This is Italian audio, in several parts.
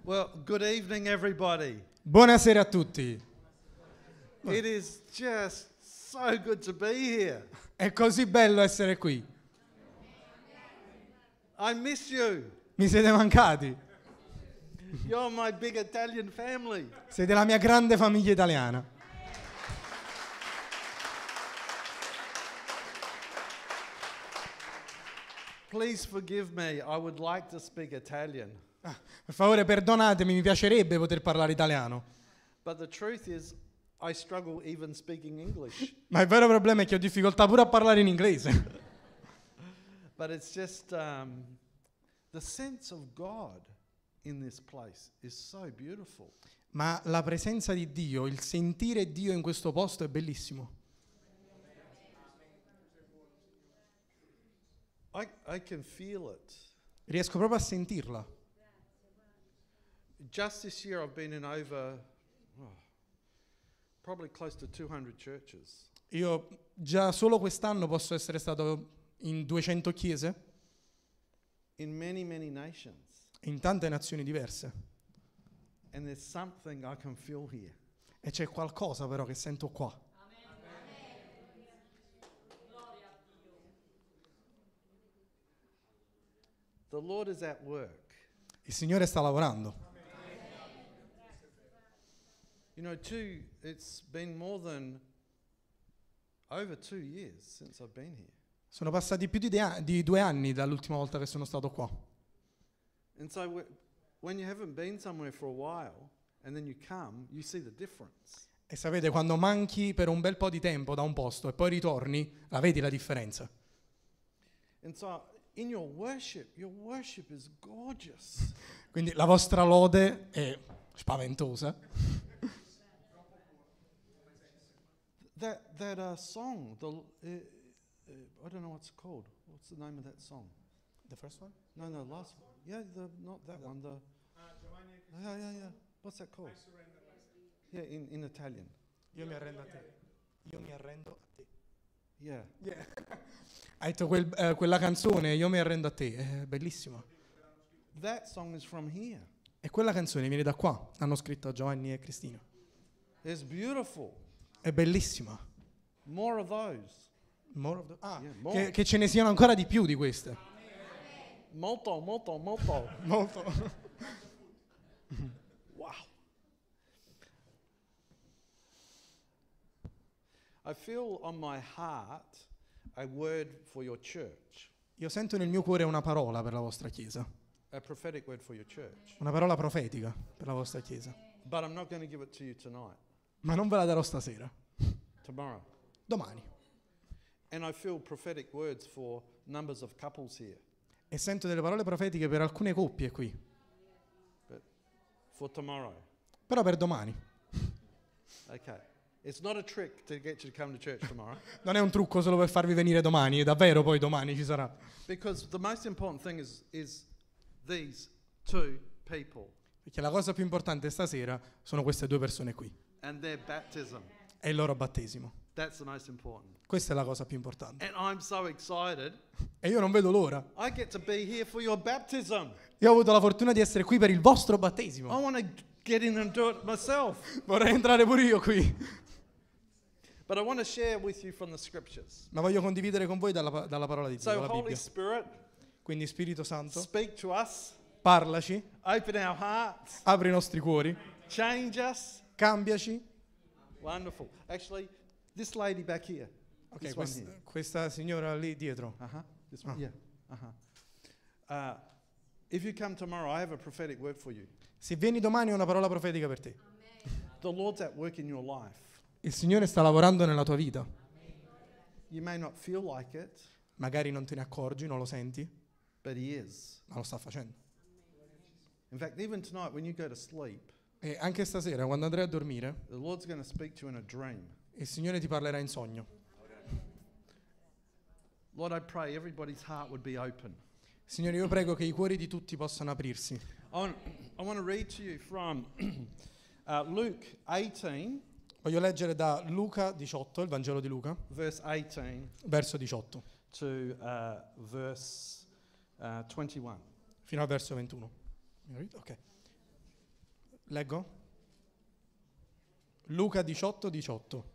Well, good evening, everybody. Buonasera a tutti. It is just so good to be here. È così bello essere qui. I miss you. Mi siete mancati. You're my big Italian family. Siete la mia grande famiglia italiana. Please forgive me. I would like to speak Italian. Per favore, perdonatemi, mi piacerebbe poter parlare italiano. But the truth is, I struggle even speaking English. Ma il vero problema è che ho difficoltà pure a parlare in inglese. But it's just the sense of God in this place is so beautiful. Ma la presenza di Dio, il sentire Dio in questo posto è bellissimo. I can feel it. Riesco proprio a sentirla. Just this year I've been in over probably close to 200 churches. Io già solo quest'anno posso essere stato in 200 chiese, In many nations. in tante nazioni diverse. And there's something I can feel here. E c'è qualcosa però che sento qua. The Lord is at work. Il Signore sta lavorando. You know, it's been more than over 2 years since I've been here. Sono passati più di 2 anni dall'ultima volta che sono stato qua. And so when you haven't been somewhere for a while and then you come, you see the difference. E sapete, quando manchi per un bel po' di tempo da un posto e poi ritorni, la vedi la differenza. And so in your worship is gorgeous. Quindi la vostra lode è spaventosa. That song, I don't know what's it called. What's the name of that song? The first one? No, last one. Yeah, not that one. Yeah. What's that called? Yeah, in Italian. Io mi arrendo a te. Io mi arrendo a te. Yeah. Ha detto quella canzone, Io mi arrendo a te, è bellissima. That song is from here. E quella canzone viene da qua, hanno scritto Giovanni e Cristina. It's beautiful. È bellissima. More of those. Yeah, more. Che ce ne siano ancora di più di queste. Molto. Molto. Wow. I feel on my heart a word for your church. Io sento nel mio cuore una parola per la vostra chiesa. A prophetic word for your church. Una parola profetica per la vostra chiesa. But I'm not going to give it to you tonight. Ma non ve la darò stasera. Tomorrow. Domani. And I feel prophetic words for numbers of couples here. E sento delle parole profetiche per alcune coppie qui. But for tomorrow. Però per domani. Okay. It's not a trick to get you to come to church tomorrow. Non è un trucco solo per farvi venire domani, davvero poi domani ci sarà. Because the most important thing is these two people Perché la cosa più importante stasera sono queste 2 persone qui. and their baptism. È il loro battesimo. That's the most important. Questa è la cosa più importante. And I'm so excited. E io non vedo l'ora. I get to be here for your baptism. Io ho avuto la fortuna di essere qui per il vostro I battesimo. want to get in and do it myself. Vorrei entrare pure io qui. But I want to share with you from the scriptures. Ma voglio condividere con voi dalla parola di Dio, So dalla Holy Bibbia. Spirit, Quindi Spirito Santo, speak to us. parlaci, Open our hearts. apri i nostri cuori, Change us. cambiaci. Wonderful. Actually, this lady back here. Ok, This one here. questa signora lì dietro. This one. Yeah. If you come tomorrow, I have a prophetic word for you. Se vieni domani ho una parola profetica per te. The Lord's at work in your life. Il Signore sta lavorando nella tua vita. You may not feel like it, Magari non te ne accorgi, non lo senti, but He is. ma lo sta facendo. In fact, even tonight when you go to sleep, E anche stasera, quando andrai a dormire, the Lord's going to speak to you in a dream. il Signore ti parlerà in sogno. Lord, I pray everybody's heart would be open. Signore, io prego che i cuori di tutti possano aprirsi. I want to read to you from Luke 18, Voglio leggere da Luca 18, il Vangelo di Luca, verse 18 verso 18, to verse 21. fino al verso 21. Ok. Leggo? Luca 18, 18.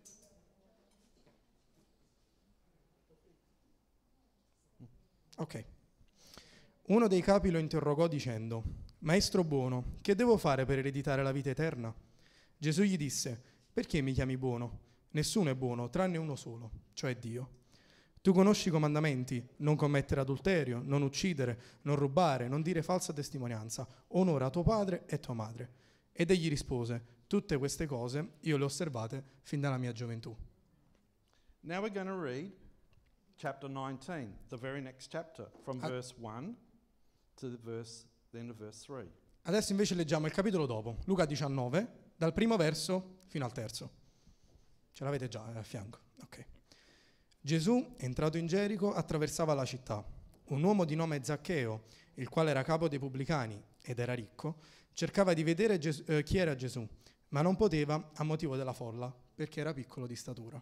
Ok. Uno dei capi lo interrogò dicendo: Maestro buono, che devo fare per ereditare la vita eterna? Gesù gli disse: Perché mi chiami buono? Nessuno è buono, tranne uno solo, cioè Dio. Tu conosci i comandamenti: non commettere adulterio, non uccidere, non rubare, non dire falsa testimonianza, onora tuo padre e tua madre. Ed egli rispose: tutte queste cose io le ho osservate fin dalla mia gioventù. Now we're going to read chapter 19, the very next chapter, from verse 1 to the end of verse 3. Adesso invece leggiamo il capitolo dopo, Luca 19, dal primo verso fino al terzo. Ce l'avete già a fianco? Ok. Gesù, entrato in Gerico, attraversava la città. Un uomo di nome Zaccheo, il quale era capo dei pubblicani ed era ricco, cercava di vedere chi era Gesù, ma non poteva a motivo della folla, perché era piccolo di statura.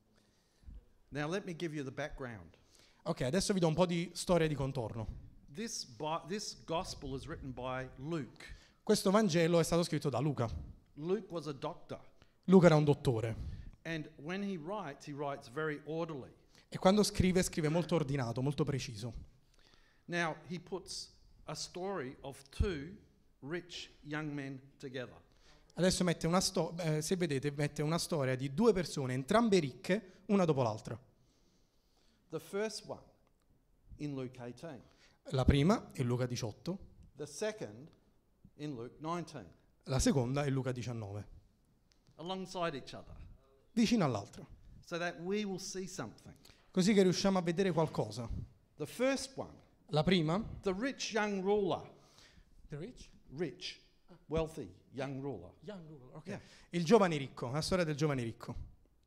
Now let me give you the background. Ok, adesso vi do un po' di storia di contorno. This gospel is written by Luke. Questo Vangelo è stato scritto da Luca. Luke was a doctor, Luca era un dottore and when he writes very orderly. e quando scrive scrive molto ordinato, molto preciso. Now he puts a story of two rich young men together. Adesso mette se vedete, mette una storia di due persone, entrambe ricche, una dopo l'altra. The first one in Luke 18. La prima è Luca 18, The second in Luke 19. la seconda è Luca 19, Alongside each other, vicino all'altra, so that we will see something. così che riusciamo a vedere qualcosa. The first one, La prima, the rich young ruler, the rich, rich, wealthy young ruler. young ruler, okay. Yeah. Il giovane ricco, la storia del giovane ricco.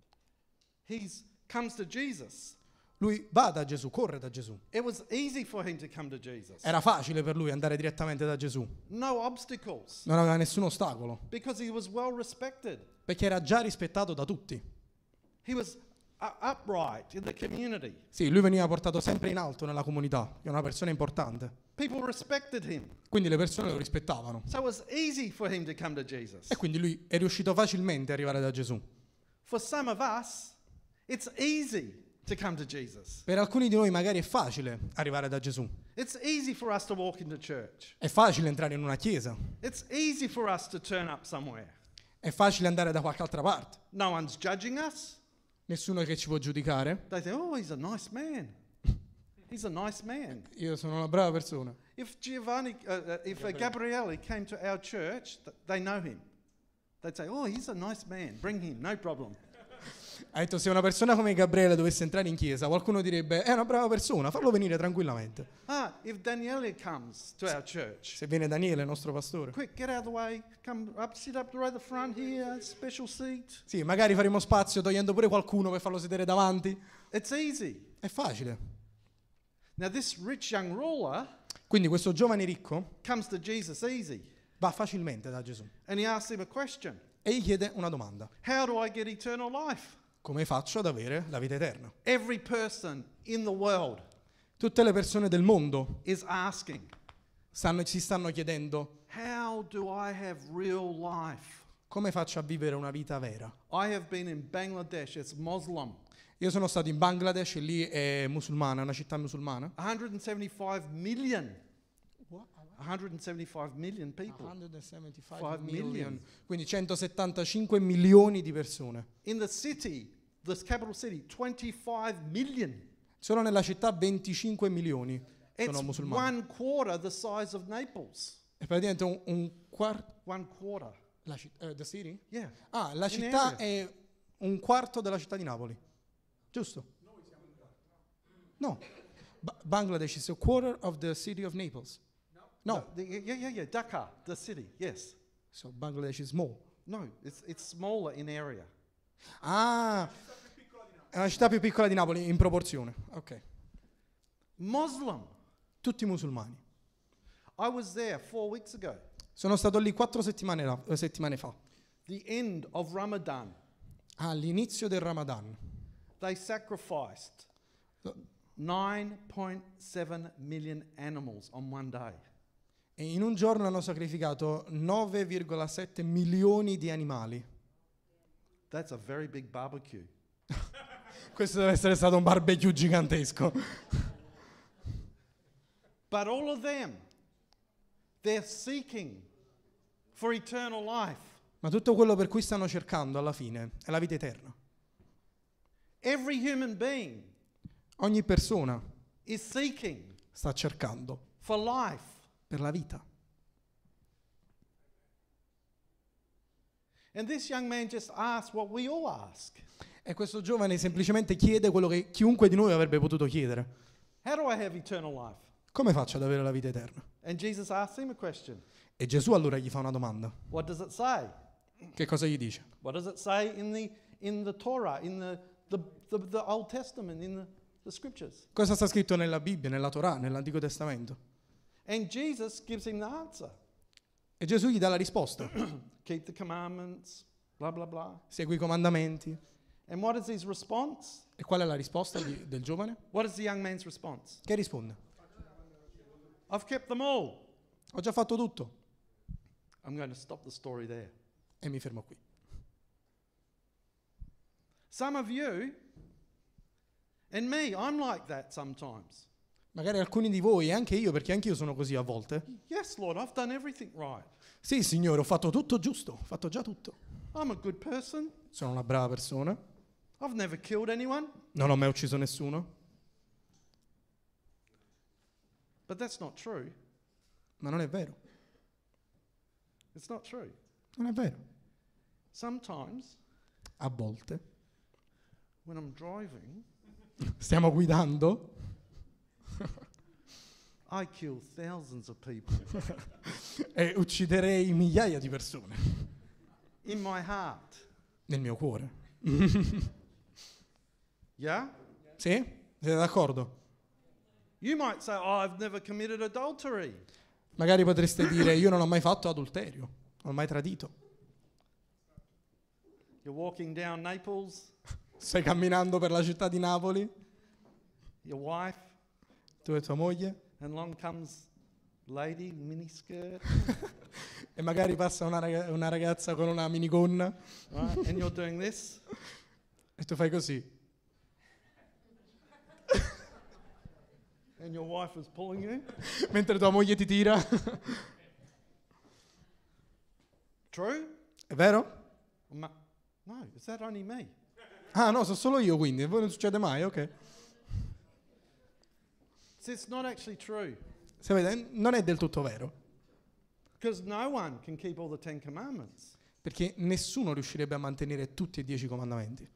He comes to Jesus. Lui va da Gesù, corre da Gesù. It was easy for him to come to Jesus. Era facile per lui andare direttamente da Gesù, No obstacles, non aveva nessun ostacolo, because he was well respected. perché era già rispettato da tutti. He was upright in the community. Sì, lui veniva portato sempre in alto nella comunità, è una persona importante. People respected him. Quindi le persone lo rispettavano. So it was easy for him to come to Jesus. E quindi lui è riuscito facilmente ad arrivare da Gesù. For some of us, it's easy to come to Jesus. Per alcuni di noi magari è facile arrivare da Gesù. It's easy for us to walk into church. È facile entrare in una chiesa. It's easy for us to turn up somewhere. È facile andare da qualche altra parte. No one's judging us. Nessuno che ci può giudicare. They think, oh, he's a nice man. He's a nice man. Io sono una brava persona. If Gabriele came to our church, they know him. They'd say, oh, he's a nice man. Bring him, no problem. Ha detto, se una persona come Gabriele dovesse entrare in chiesa, qualcuno direbbe, è una brava persona, farlo venire tranquillamente. If Daniele comes to our church, Se viene Daniele, il nostro pastore. quick, get out of the way. Come up, sit up right at the front here, special seat. Sì, magari faremo spazio togliendo pure qualcuno per farlo sedere davanti. It's easy. È facile. Now, this rich young ruler Quindi questo giovane ricco comes to Jesus easy, va facilmente da Gesù and he asks him a question. e gli chiede una domanda. How do I get eternal life? Come faccio ad avere la vita eterna? Every person in the world Tutte le persone del mondo is asking, si stanno chiedendo, how do I have real life? come faccio a vivere una vita vera? I have been in Bangladesh, it's Muslim. Io sono stato in Bangladesh e lì è musulmana, è una città musulmana. 175 million. 175 million people. 175 million. Quindi 175 milioni di persone. In the city, this capital city, 25 million. Solo nella città 25 milioni sono It's musulmani. 1/4 the size of Naples. È praticamente un quarto. 1/4. The city? Yeah. Ah, la In città area. è un quarto della città di Napoli. Giusto? No. Bangladesh is a quarter of the city of Naples. No. Yeah. Dhaka, the city, yes. So Bangladesh is small. No, it's smaller in area. Ah, è una città più piccola di Napoli in proporzione. Ok. Muslim. Tutti musulmani. I was there 4 weeks ago. Sono stato lì 4 settimane fa. The end of Ramadan. All'inizio del Ramadan. They sacrificed 9.7 million animals on one day. E in un giorno hanno sacrificato 9,7 milioni di animali. That's a very big barbecue. Questo deve essere stato un barbecue gigantesco. But all of them, they're seeking for eternal life. Ma tutto quello per cui stanno cercando alla fine è la vita eterna. Every human being Ogni persona is seeking sta cercando for life. per la vita. And this young man just asked what we all ask. E questo giovane semplicemente chiede quello che chiunque di noi avrebbe potuto chiedere. How do I have eternal life? Come faccio ad avere la vita eterna? And Jesus asked him a question. E Gesù allora gli fa una domanda. What does it say? Che cosa gli dice? What does it say in the Torah, in the Old Testament, in the scriptures? Cosa sta scritto nella Bibbia, nella Torah, nell'Antico Testamento? And Jesus gives him the answer. E Gesù gli dà la risposta. Keep the commandments, blah, blah, blah. Segui i comandamenti. And what is his response? E qual è la risposta del giovane? What is the young man's response? Che risponde? I've kept them all. Ho già fatto tutto. I'm going to stop the story there. E mi fermo qui. Some of you and me, I'm like that sometimes. Magari alcuni di voi, e anche io, perché anche io sono così a volte. Yes, Lord, I've done everything right. Sì, Signore, ho fatto tutto giusto, ho fatto già tutto. I'm a good person. Sono una brava persona, I've never killed anyone. non ho mai ucciso nessuno. But that's not true. Ma non è vero, It's not true. non è vero. Sometimes A volte when I'm driving, stiamo guidando I kill thousands of people e ucciderei migliaia di persone in my heart. nel mio cuore. Yeah? Sì? Siete d'accordo? You might say, oh, I've never committed adultery. Magari potreste dire, io non ho mai fatto adulterio, non ho mai tradito. You're walking down Naples, Stai camminando per la città di Napoli, your wife, tu e tua moglie, and along comes lady, miniskirt, e magari passa una ragazza con una minigonna right? And you're doing this. e tu fai così. And your wife is pulling you. Mentre tua moglie ti tira. True? È vero? No, is that only me? Ah no, sono solo io quindi, a voi non succede mai, ok. See, it's not actually true. Sapete, non è del tutto vero, Because no one can keep all the 10 commandments. perché nessuno riuscirebbe a mantenere tutti e 10 comandamenti.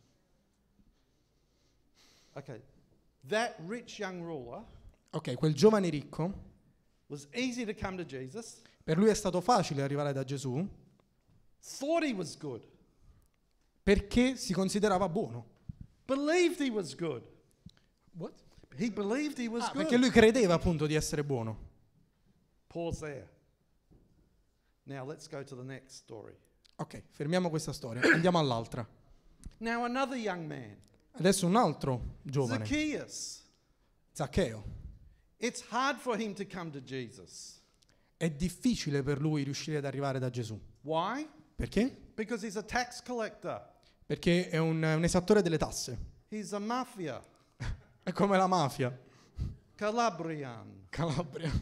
Okay, that rich young ruler Ok, quel giovane ricco, was easy to come to Jesus, per lui è stato facile arrivare da Gesù thought he was good, perché si considerava buono. believed he was good. What? He believed he was good. Perché lui credeva appunto di essere buono. Pause there. Now let's go to the next story. Ok, fermiamo questa storia, andiamo all'altra. Now another young man, Adesso un altro giovane, Zacchaeus. Zaccheo. It's hard for him to come to Jesus. È difficile per lui riuscire ad arrivare da Gesù. Why? Perché? Because he's a tax collector. Perché è un esattore delle tasse. He's a mafia, È come la mafia. Calabrian. Calabria.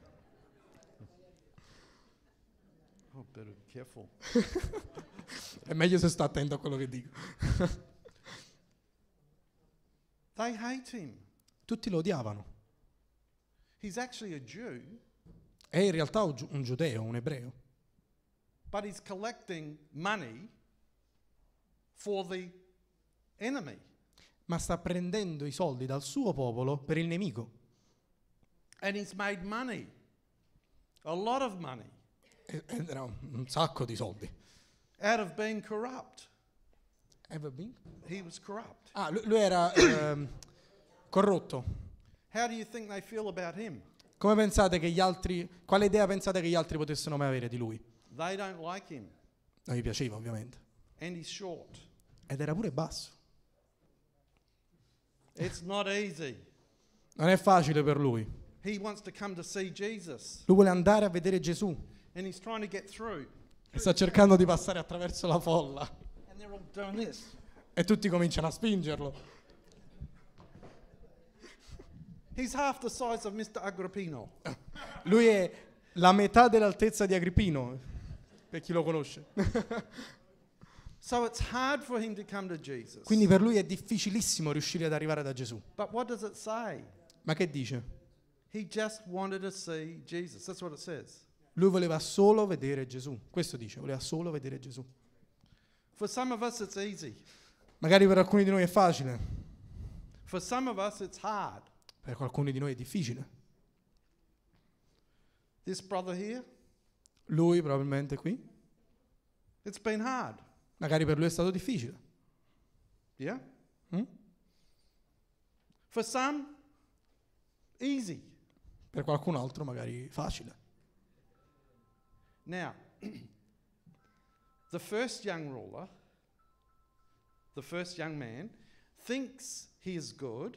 Oh, better be careful. È meglio se sto attento a quello che dico. They hate him. Tutti lo odiavano. He's actually a Jew, È in realtà un giudeo, un ebreo. but he's collecting money for the enemy. Ma sta prendendo i soldi dal suo popolo per il nemico. And he's made money, a lot of money, Ed era un sacco di soldi. out of being corrupt. Ever been? He was corrupt. Ah, lui era corrotto. How do you think they feel about him? Come pensate che gli altri, quale idea pensate che gli altri potessero mai avere di lui? They don't like him. Non gli piaceva, ovviamente. And he's short. Ed era pure basso. It's not easy. Non è facile per lui. He wants to come to see Jesus. Lui vuole andare a vedere Gesù And he's trying to get through. e sta cercando di passare attraverso la folla. And they're all doing this. E tutti cominciano a spingerlo. He's half the size of Mr. Agrippino. Lui è la metà dell'altezza di Agrippino, per chi lo conosce. So it's hard for him to come to Jesus. Quindi per lui è difficilissimo riuscire ad arrivare da Gesù. But what does it say? Ma che dice? He just wanted to see Jesus. That's what it says. Lui voleva solo vedere Gesù. Questo dice, voleva solo vedere Gesù. For some of us it's easy. Magari per alcuni di noi è facile, For some of us it's hard. per alcuni di noi è difficile. This brother here, Lui probabilmente qui, it's been hard. magari per lui è stato difficile. Yeah? Mm? For some, easy. Per qualcun altro magari facile. Now, the first young ruler, the first young man, thinks he is good.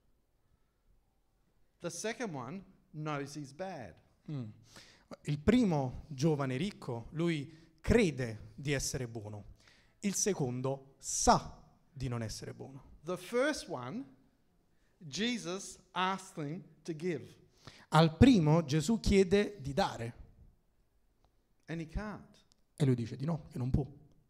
The second one knows he's bad. Mm. Il primo giovane ricco, lui crede di essere buono. Il secondo sa di non essere buono. The first one, Jesus asked him to give, Al primo Gesù chiede di dare and he can't. e lui dice di no, che non può.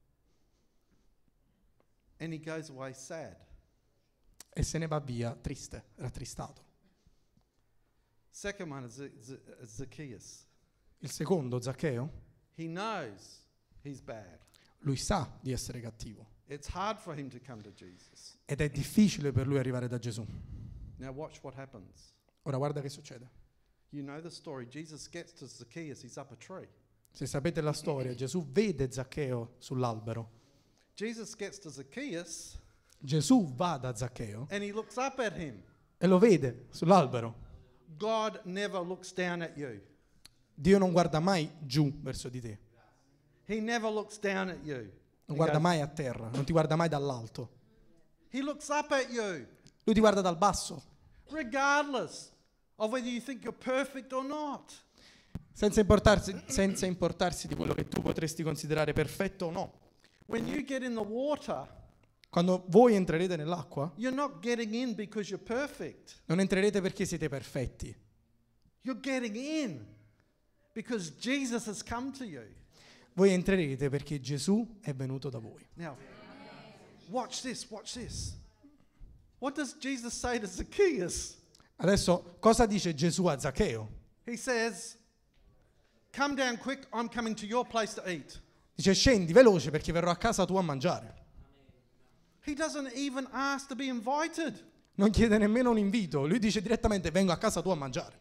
And he goes away sad. E se ne va via triste, rattristato. Second one is Zacchaeus. Il secondo, Zaccheo, He knows he's bad. lui sa di essere cattivo It's hard for him to come to Jesus. ed è difficile per lui arrivare da Gesù. Now watch what happens. Ora guarda che succede. You know the story. Jesus gets to Zacchaeus, he's up a tree. Se sapete la storia, Gesù vede Zaccheo sull'albero. Jesus gets to Zacchaeus Gesù va da Zaccheo and he looks up at him. e lo vede sull'albero. God never looks down at you. Dio non guarda mai giù verso di te, He never looks down at you. non He guarda goes- mai a terra, non ti guarda mai dall'alto. He looks up at you, Lui ti guarda dal basso, regardless of whether you think you're perfect or not. senza importarsi di quello che tu potresti considerare perfetto o no. When you get in the water, Quando voi entrerete nell'acqua, you're not getting in because you're perfect. non entrerete perché siete perfetti. You're getting in because Jesus has come to you. Voi entrerete perché Gesù è venuto da voi. Now, watch this, watch this. What does Jesus say to Zacchaeus? Adesso, cosa dice Gesù a Zaccheo? He says, "Come down quick, I'm coming to your place to eat." Dice scendi veloce perché verrò a casa tua a mangiare. He doesn't even ask to be invited. Non chiede nemmeno un invito, lui dice direttamente vengo a casa tua a mangiare.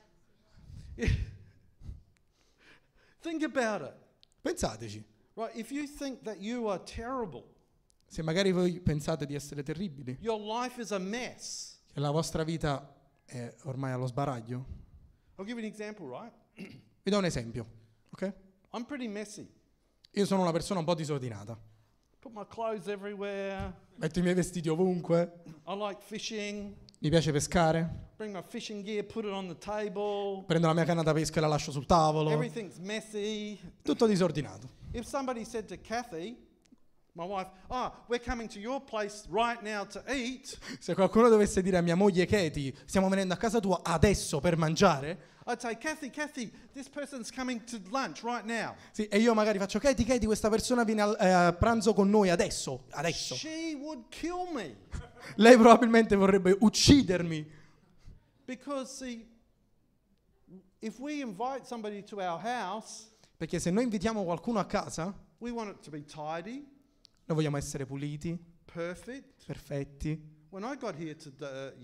Think about it. Pensateci, Right, if you think that you are terrible, se magari voi pensate di essere terribili, your life is a mess. che la vostra vita è ormai allo sbaraglio, I'll give you an example, right? vi do un esempio, ok? I'm pretty messy. Io sono una persona un po' disordinata, Put my clothes everywhere. metto i miei vestiti ovunque, I like fishing. mi piace pescare, Bring my fishing gear, put it on the table. prendo la mia canna da pesca e la lascio sul tavolo, Everything's messy. tutto disordinato. If somebody said to Kathy, my wife, "Oh, we're coming to your place right now to eat," Se qualcuno dovesse dire a mia moglie Katie, stiamo venendo a casa tua adesso per mangiare, I'd say, Kathy, this person's coming to lunch right now. sì, e io magari faccio Katie, questa persona viene a pranzo con noi adesso. She would kill me. Lei probabilmente vorrebbe uccidermi, Because, see, if we invite somebody to our house, perché se noi invitiamo qualcuno a casa, we want it to be tidy, noi vogliamo essere puliti, perfect. perfetti. When I got here today,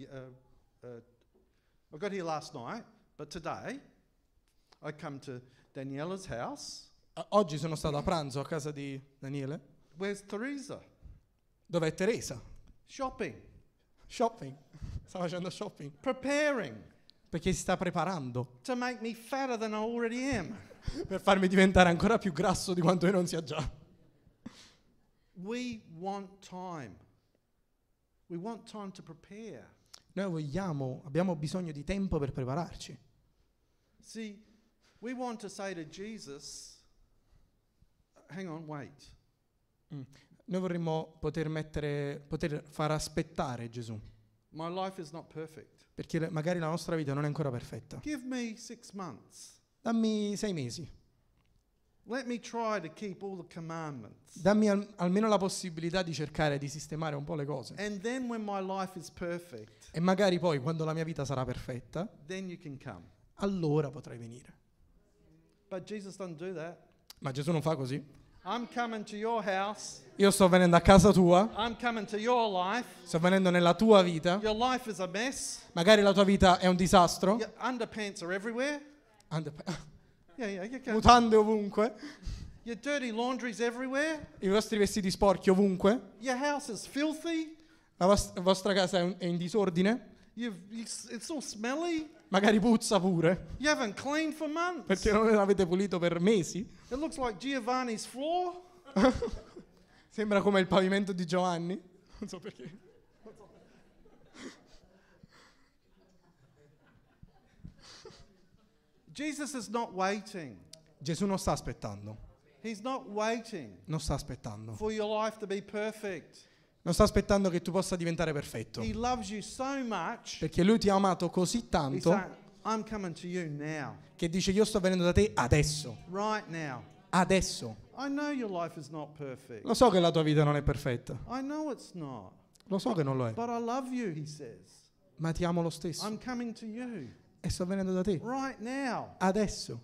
I got here last night, but today I come to Daniela's house. Oggi sono stato a pranzo a casa di Daniele. Where's Teresa? Dov'è Teresa? Shopping, Shopping. Sta facendo shopping. preparing Perché si sta preparando to make me fatter than I already am. per farmi diventare ancora più grasso di quanto io non sia già. We want time. We want time to prepare. Noi abbiamo bisogno di tempo per prepararci. See, we want to say to Jesus, hang on, wait. Noi vorremmo poter far aspettare Gesù, My life is not perfect. perché magari la nostra vita non è ancora perfetta. Give me 6 months. Dammi 6 mesi, Let me try to keep all the commandments. dammi almeno la possibilità di cercare di sistemare un po' le cose. And then when my life is perfect, E magari poi, quando la mia vita sarà perfetta, then you can come. allora potrai venire. But Jesus doesn't do that. Ma Gesù non fa così. I'm coming to your house. Io sto venendo a casa tua, I'm coming to your life. sto venendo nella tua vita, Your life is a mess. magari la tua vita è un disastro, Your underpants are everywhere. Yeah, you can. mutande ovunque, Your dirty laundry's everywhere. i vostri vestiti sporchi ovunque, Your house is filthy. la vostra casa è in disordine, It's all smelly. magari puzza pure, You haven't cleaned for months. perché non l'avete pulito per mesi. It looks like Giovanni's floor. Sembra come il pavimento di Giovanni. Non so perché. Jesus is not waiting. Gesù non sta aspettando. He's not waiting Non sta aspettando. for your life to be perfect. Non sta aspettando che tu possa diventare perfetto. He loves you so much. Perché Lui ti ha amato così He's tanto saying, I'm coming to you now. che dice io sto venendo da te adesso. Right now. Adesso. I know your life is not perfect. Lo so che la tua vita non è perfetta. I know it's not. Lo so che non lo è. But I love you, he says. Ma ti amo lo stesso. I'm coming to you E sto venendo da te. right now. Adesso.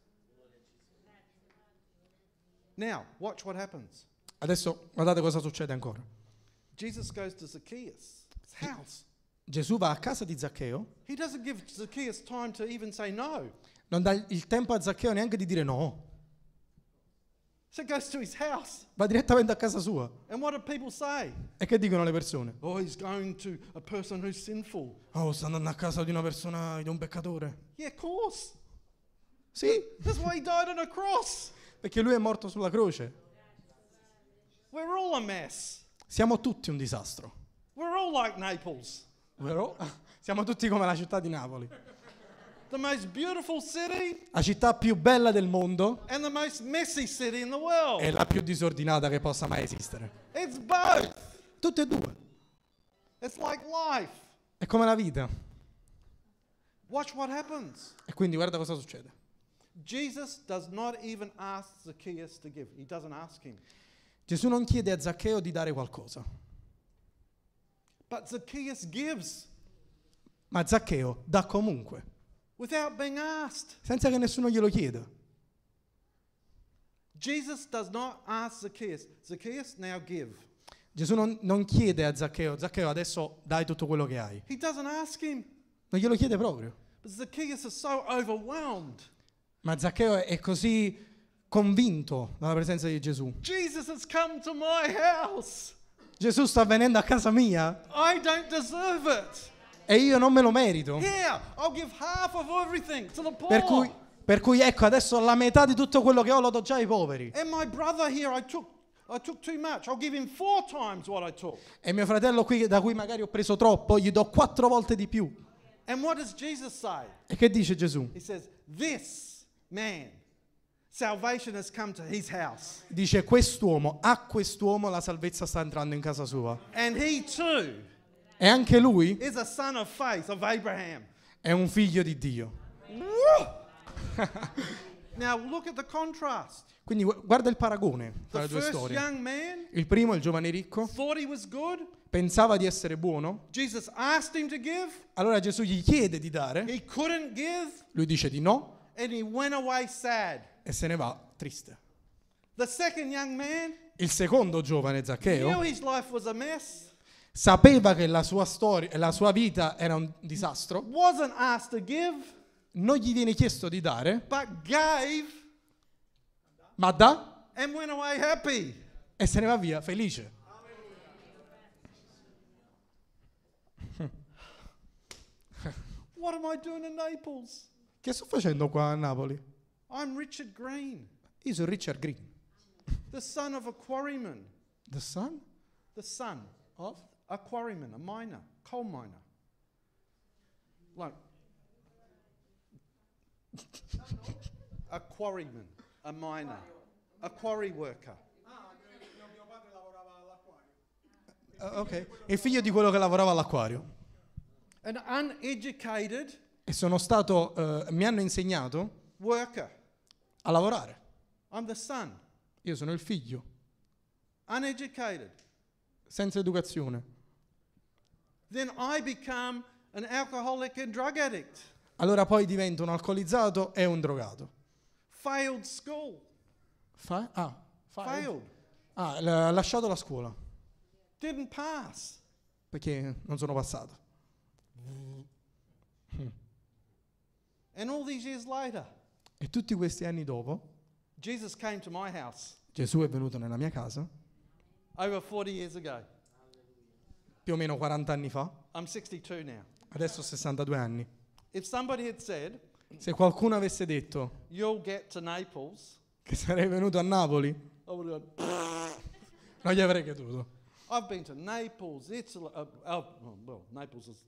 Now, watch what happens. Adesso guardate cosa succede ancora. Jesus goes to Zacchaeus' house. Gesù va a casa di Zaccheo. He doesn't give Zacchaeus time to even say no. Non dà il tempo a Zaccheo neanche di dire no. So he goes to his house. Va direttamente a casa sua. And what do people say? E che dicono le persone? Oh, he's going to a person who's sinful. Oh, sta andando a casa di una persona, di un peccatore. Yeah, of course. Sì, That's why he died on a cross. perché lui è morto sulla croce. We're all a mess. Siamo tutti un disastro. We're all like Naples. Vero? Siamo tutti come la città di Napoli. The most beautiful city La città più bella del mondo and the most messy city in the world. è la più disordinata che possa mai esistere. It's both. Tutte e due. It's like life. È come la vita. Watch what happens. E quindi guarda cosa succede. Jesus does not even ask Zacchaeus to give. He doesn't ask him. Gesù non chiede a Zaccheo di dare qualcosa, But Zacchaeus gives ma Zaccheo dà comunque, without being asked. senza che nessuno glielo chieda. Jesus does not ask Zacchaeus, Zacchaeus, now give. Gesù non chiede a Zaccheo, Zaccheo adesso dai tutto quello che hai. He doesn't ask him. Non glielo chiede proprio. But Zacchaeus is so overwhelmed. Ma Zaccheo è così convinto dalla presenza di Gesù. Jesus has come to my house. Gesù sta venendo a casa mia I don't deserve it. e io non me lo merito. Here, I'll give half of everything to the poor. Per cui ecco, adesso la metà di tutto quello che ho lo do già ai poveri. And my brother here, I took too much. I'll give him 4 times what I took. E mio fratello qui, da cui magari ho preso troppo, gli do 4 volte di più. And what does Jesus say? E che dice Gesù? He says, this man, salvation has come to his house. Dice a quest'uomo la salvezza sta entrando in casa sua. And he too E anche lui is a son of faith of Abraham. è un figlio di Dio. Now look at the contrast. Quindi guarda il paragone tra The le due first storie. young man Il primo, il giovane ricco, thought he was good. pensava di essere buono. Jesus asked him to give. Allora Gesù gli chiede di dare. He couldn't give. Lui dice di no And he went away sad. e se ne va triste. The second young man Il secondo giovane knew Zaccheo his life was a mess. sapeva che la sua storia e la sua vita era un disastro. Wasn't asked to give, Non gli viene chiesto di dare, but gave ma dà and went away happy. e se ne va via felice. What am I doing in Naples? Che sto facendo qua a Napoli? I'm Richard Green, Io sono Richard Green. the son of a quarryman. The son The son of? a quarryman, a miner, coal miner. like a quarryman, a miner, a quarry worker. Ok, il figlio di quello che lavorava all'acquario. An uneducated E sono stato, mi hanno insegnato worker. a lavorare. I'm the son, Io sono il figlio, uneducated. senza educazione. Then I become an alcoholic and drug addict. Allora poi divento un alcolizzato e un drogato. Failed school. Failed. Ha lasciato la scuola Didn't pass. perché non sono passato. And all these years later, E tutti questi anni dopo, Jesus came to my house Gesù è venuto nella mia casa, over 40 years ago. più o meno 40 anni fa. I'm 62 now. Adesso ho 62 anni. If somebody had said, Se qualcuno avesse detto you'll get to Naples, che sarei venuto a Napoli, I would have gone, non gli avrei creduto. I've been to Naples, Italy. Well, Naples is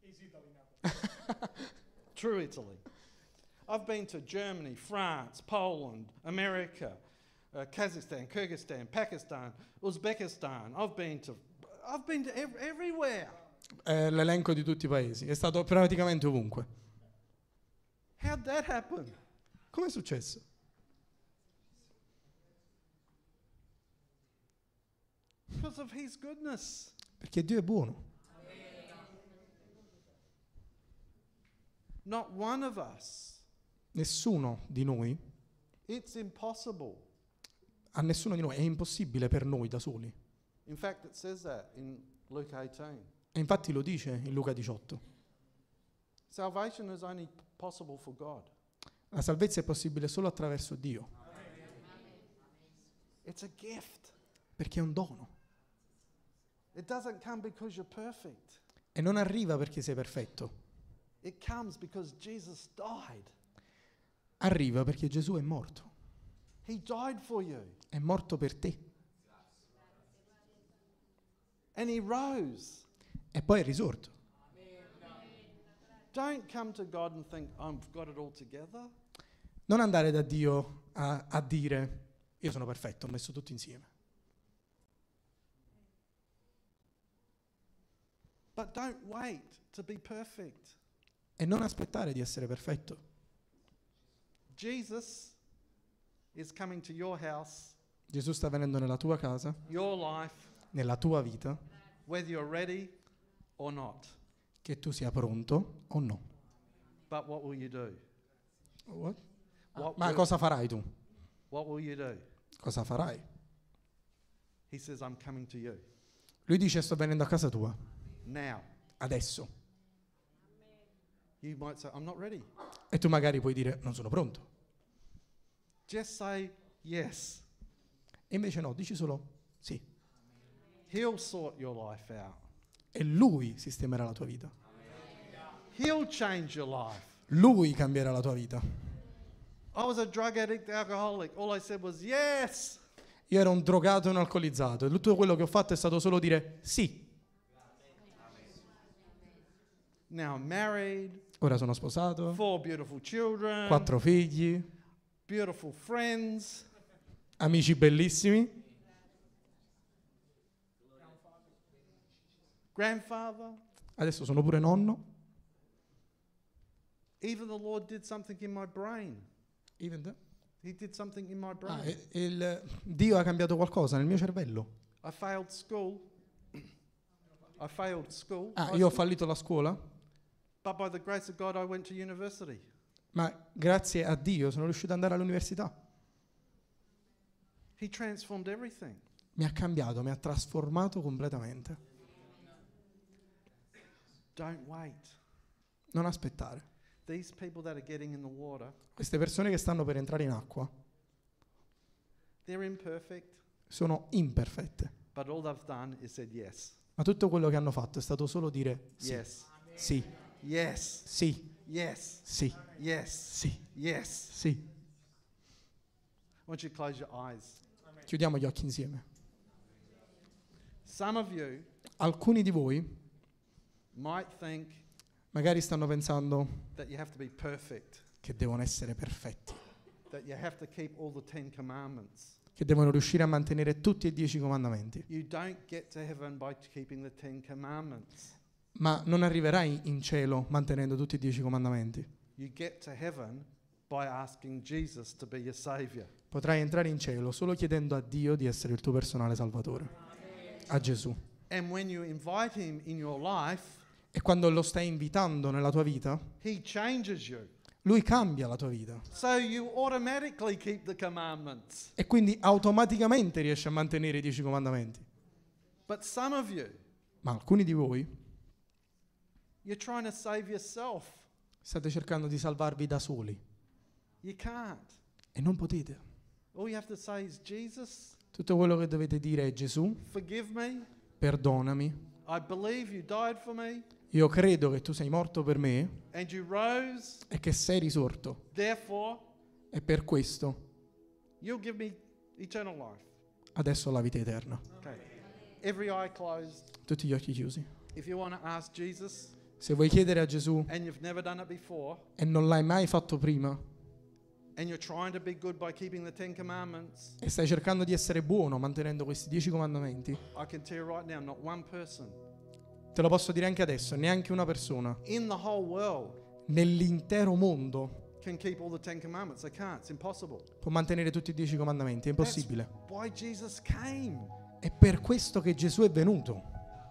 true Italy. I've been to Germany, France, Poland, America, Kazakhstan, Kyrgyzstan, Pakistan, Uzbekistan. I've been to everywhere. È l'elenco di tutti i paesi. È stato praticamente ovunque. How'd that happen? Come è successo? Because of His goodness. Perché Dio è buono. Not one of us. Nessuno di noi, It's impossible. a nessuno di noi, è impossibile per noi da soli. In fact, it says that in Luke 18. E infatti lo dice in Luca 18. Salvation is only possible for God. La salvezza è possibile solo attraverso Dio, It's a gift. perché è un dono. It doesn't come because you're perfect. E non arriva perché sei perfetto. It comes because Jesus died. Arriva perché Gesù è morto. He died for you. È morto per te. And He rose. E poi è risorto. Don't come to God and think, I've got it all together. Non andare da Dio a dire, io sono perfetto, ho messo tutto insieme. But don't wait to be perfect. E non aspettare di essere perfetto. Jesus is coming to your house, Gesù sta venendo nella tua casa, your life, nella tua vita, whether you're ready or not. che tu sia pronto o no. But what will you do? What? What Ma will- cosa farai tu? What will you do? Cosa farai? He says, I'm coming to you Lui dice sto venendo a casa tua, now. adesso. You might say, I'm not ready. E tu magari puoi dire non sono pronto. Just say yes. E invece no, dici solo sì. He'll sort your life out. E Lui sistemerà la tua vita. He'll change your life. Lui cambierà la tua vita. I was a drug addict, alcoholic. All I said was yes. Io ero un drogato e un alcolizzato e tutto quello che ho fatto è stato solo dire sì. Now I'm married, Ora sono sposato, 4 beautiful children, 4 figli, beautiful friends. amici bellissimi, Grandfather. adesso sono pure nonno. Even the Lord did something in my brain. He did something in my brain. Dio ha cambiato qualcosa nel mio cervello. I failed school. Io ho fallito la scuola, But by the grace of God I went to university. ma grazie a Dio sono riuscito ad andare all'università. He transformed everything. Mi ha cambiato, mi ha trasformato completamente. Don't wait. Non aspettare. These people that are getting in the water, Queste persone che stanno per entrare in acqua they're imperfect, sono imperfette, but all they've done is said yes. ma tutto quello che hanno fatto è stato solo dire sì, Yes. sì, Yes. sì, Yes. sì, Yes. sì, Yes. sì. I want you to close your eyes. Chiudiamo gli occhi insieme. Some of you Alcuni di voi might think Magari stanno pensando that you have to be perfect, che devono essere perfetti, that you have to keep all the 10 commandments. che devono riuscire a mantenere tutti e 10 comandamenti. You don't get to heaven by keeping the 10 commandments. Ma non arriverai in cielo mantenendo tutti e 10 comandamenti. You get to heaven by asking Jesus to be your Savior. Potrai entrare in cielo solo chiedendo a Dio di essere il tuo personale salvatore, a Gesù. And when you invite Him in your life, E quando lo stai invitando nella tua vita, He changes you. Lui cambia la tua vita. So you automatically keep the commandments. E quindi automaticamente riesci a mantenere i 10 comandamenti. But some of you, Ma alcuni di voi you're trying to save yourself. state cercando di salvarvi da soli You can't. e non potete. All you have to say is, Jesus, Tutto quello che dovete dire è: Gesù, forgive me. perdonami. I believe you died for me Io credo che tu sei morto per me and you rose. e che sei risorto. Therefore, E per questo you'll give me eternal life. adesso ho la vita eterna. Okay. Every eye closed. Tutti gli occhi chiusi. If you want to ask Jesus Se vuoi chiedere a Gesù and you've never done it before e non l'hai mai fatto prima and you're trying to be good by keeping the 10 commandments, e stai cercando di essere buono mantenendo questi 10 comandamenti, I can tell you right now, not one person te lo posso dire anche adesso, neanche una persona in the whole world nell'intero mondo can keep all the 10 commandments. They can't. It's impossible. può mantenere tutti i 10 comandamenti, è impossibile. Why Jesus came. È per questo che Gesù è venuto.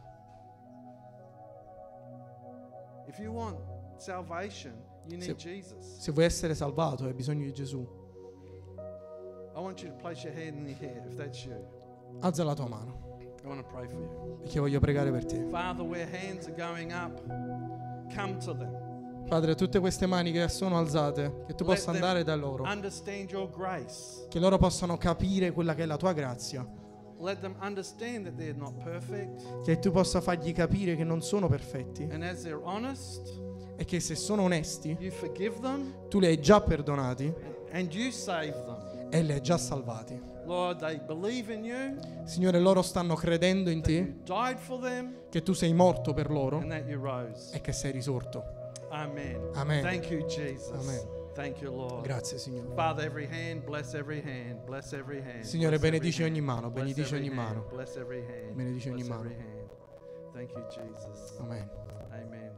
If you want salvation, you need Jesus. Se vuoi essere salvato hai bisogno di Gesù. I want you to place your hand in the air if that's you. Alza la tua mano I want to pray for you. perché voglio pregare per te. Father, where hands are going up, come to them. Padre, tutte queste mani che sono alzate, che tu Let possa them andare da loro, understand your grace. che loro possano capire quella che è la tua grazia, Let them understand that they're not perfect. che tu possa fargli capire che non sono perfetti And as they're honest, e che se sono onesti you forgive them tu li hai già perdonati and you save them. e li hai già salvati. Lord, they believe in you, Signore, loro stanno credendo in that te, you died for them, che tu sei morto per loro and that you rose. e che sei risorto. Amen. Amen. Thank you, Jesus. Amen. Thank you, Lord. Grazie, Signore. Father, every hand, bless every hand, bless every hand. Signore, bless every benedici hand, ogni mano, bless benedici every ogni hand, mano. Bless every hand. Benedici ogni bless mano. every hand. Thank you, Jesus. Amen. Amen.